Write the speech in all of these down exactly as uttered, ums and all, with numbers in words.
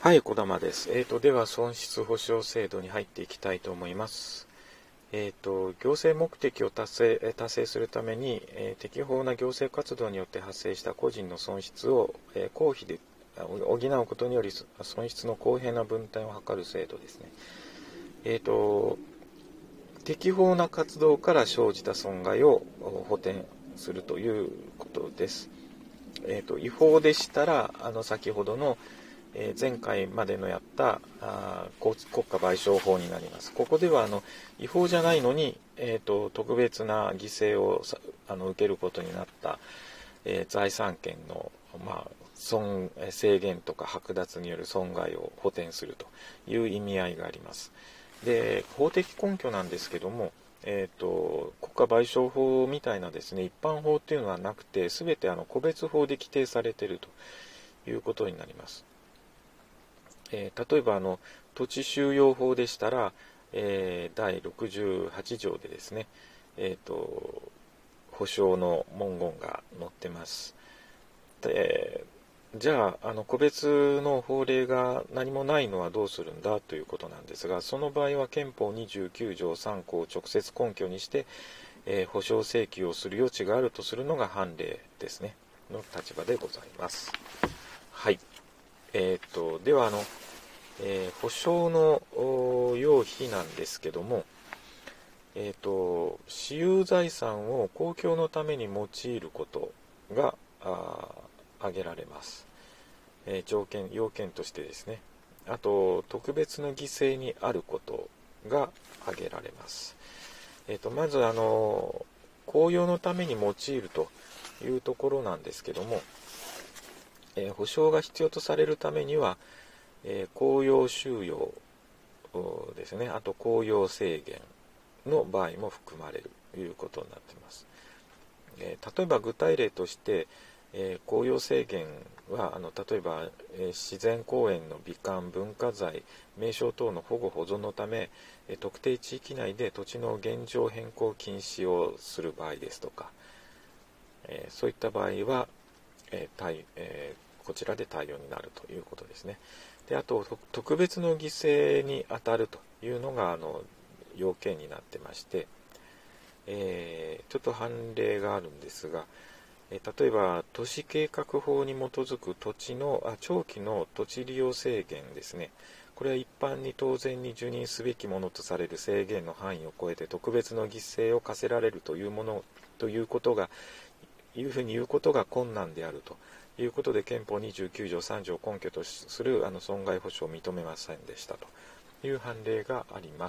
はい、小玉です。えーと、では、損失保証制度に入っていきたいと思います。えーと、行政目的を達成、達成するために、えー、適法な行政活動によって発生した個人の損失を、えー、公費で補うことにより、損失の公平な分担を図る制度ですね。えーと、適法な活動から生じた損害を補填するということです。えーと、違法でしたら、あの、先ほどのえー、前回までのやったあ国家賠償法になります。ここではあの違法じゃないのに、えーと、特別な犠牲をあの受けることになった、えー、財産権の、まあ、損制限とか剥奪による損害を補填するという意味合いがあります。で、法的根拠なんですけども、えーと、国家賠償法みたいなですね、一般法っていうのはなくて、すべてあの個別法で規定されているということになります。えー、例えばあの土地収用法でしたら、えー、だいろくじゅうはち条でですね、えーと、保証の文言が載ってます。で、じゃあ、あの個別の法令が何もないのはどうするんだということなんですが、その場合は憲法にじゅうきゅう条さん項を直接根拠にして、えー、保証請求をする余地があるとするのが判例ですね、の立場でございます。はい。えーと、ではあの、えー、保証の要否なんですけども、えーと、私有財産を公共のために用いることが挙げられます。えー、条件、要件としてですね。あと、特別の犠牲にあることが挙げられます。えーと、まず、あの、公用のために用いるというところなんですけども、えー、保証が必要とされるためには、えー、公用収用ですね、あと公用制限の場合も含まれるということになっています。えー、例えば具体例として、えー、公用制限はあの例えば、えー、自然公園の美観文化財名勝等の保護保存のため、えー、特定地域内で土地の現状変更禁止をする場合ですとか、えー、そういった場合は、えー対えー、こちらで対応になるということですね。で、あと特別の犠牲に当たるというのがあの要件になってまして、えー、ちょっと判例があるんですが、えー、例えば都市計画法に基づく土地のあ長期の土地利用制限ですね。これは一般に当然に受任すべきものとされる制限の範囲を超えて特別の犠牲を課せられるというものということがいうふうに言うことが困難であるということで、憲法にじゅうきゅう条さん条を根拠とするあの損害保障を認めませんでしたという判例があります。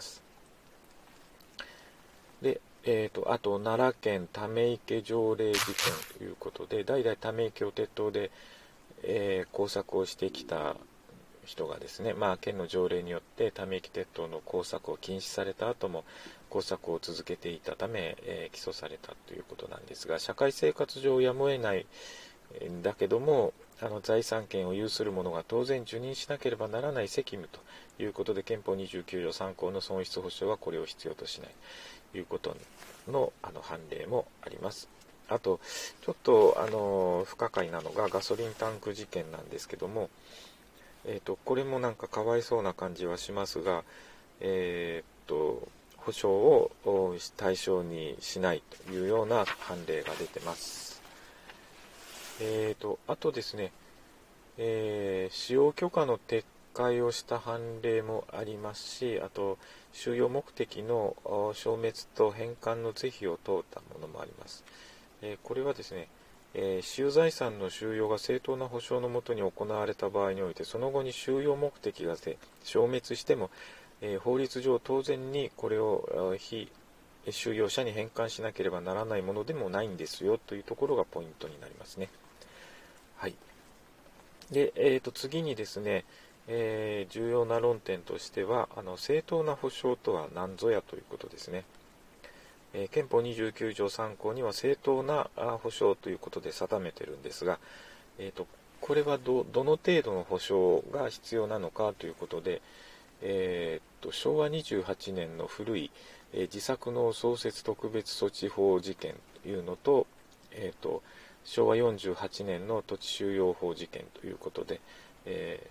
で、えーと、あと奈良県ため池条例事件ということで、代々ため池を鉄塔で、えー、工作をしてきた人がですね、まあ、県の条例によってため池鉄塔の工作を禁止された後も工作を続けていたため、えー、起訴されたということなんですが、社会生活上やむを得ないんだけども、あの財産権を有する者が当然受任しなければならない責務ということで、憲法にじゅうきゅう条さん項の損失保障はこれを必要としないということの、あの判例もあります。あとちょっとあの不可解なのがガソリンタンク事件なんですけども、えーと、これもなんかかわいそうな感じはしますが、えーと保証を対象にしないというような判例が出てます。えーと、あとですね、えー、使用許可の撤回をした判例もありますし、あと、収容目的の消滅と返還の是非を問うたものもあります。えー、これはですね、えー、私有財産の収容が正当な保証のもとに行われた場合において、その後に収容目的が消滅しても、えー、法律上当然にこれを非収容者に返還しなければならないものでもないんですよというところがポイントになりますね。はい。で、えー、と次にですね、えー、重要な論点としては、あの正当な保障とは何ぞやということですね。えー、憲法にじゅうきゅう条さん項には正当な保障ということで定めているんですが、えー、とこれは ど, どの程度の保障が必要なのかということで、えー、と昭和にじゅうはちねんの古い、えー、自作の創設特別措置法事件というのと、えー、と昭和よんじゅうはちねんの土地収用法事件ということで、え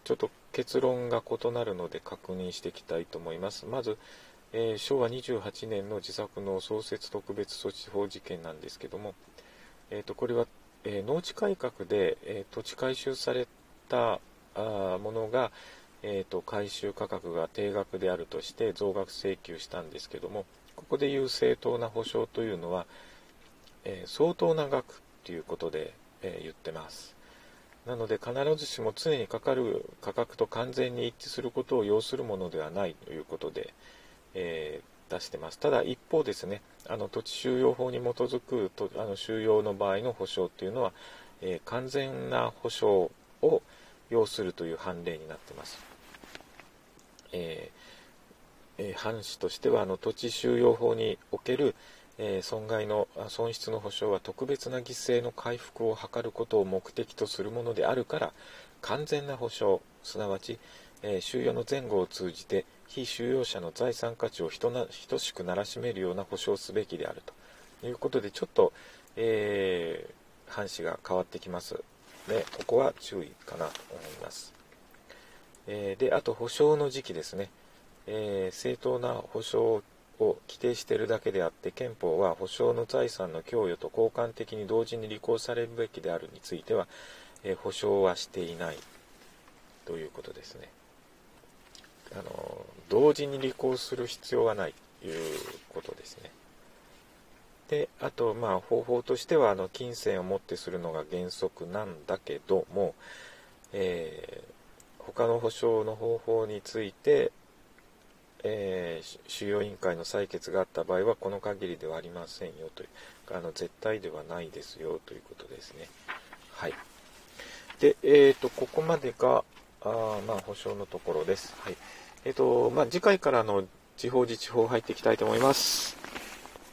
ちょっと結論が異なるので確認していきたいと思います。まず、えー、しょうわにじゅうはちねんの自作の創設特別措置法事件なんですけども、えー、とこれは、えー、農地改革で、えー、土地改収されたあものが、えー、と改収価格が定額であるとして増額請求したんですけども、ここでいう正当な保証というのは、えー、相当な額ということで、えー、言ってます。なので必ずしも常にかかる価格と完全に一致することを要するものではないということで、えー、出してます。ただ一方ですね、あの土地収用法に基づくとあの収用の場合の保証というのは、えー、完全な保証を要するという判例になっています。えーえー、藩士としてはあの土地収用法におけるえー、損害の損失の保証は特別な犠牲の回復を図ることを目的とするものであるから完全な保証、すなわち、えー、収容の前後を通じて被収容者の財産価値を等しくならしめるような保証をすべきであるということで、ちょっと、えー、判詞が変わってきますで、ここは注意かなと思います。えー、であと保証の時期ですね、えー、正当な保証を規定しているだけであって、憲法は保証の財産の供与と交換的に同時に履行されるべきであるについては、えー、保証はしていないということですね。あの同時に履行する必要はないということですね。であと、まあ、方法としてはあの金銭をもってするのが原則なんだけども、えー、他の保証の方法についてえー、収容委員会の採決があった場合はこの限りではありませんよという、あの絶対ではないですよということですね。はい。で、えーと、ここまでが、あまあ、保証のところです。はい。えーと、まあ、次回からの地方自治法入っていきたいと思います。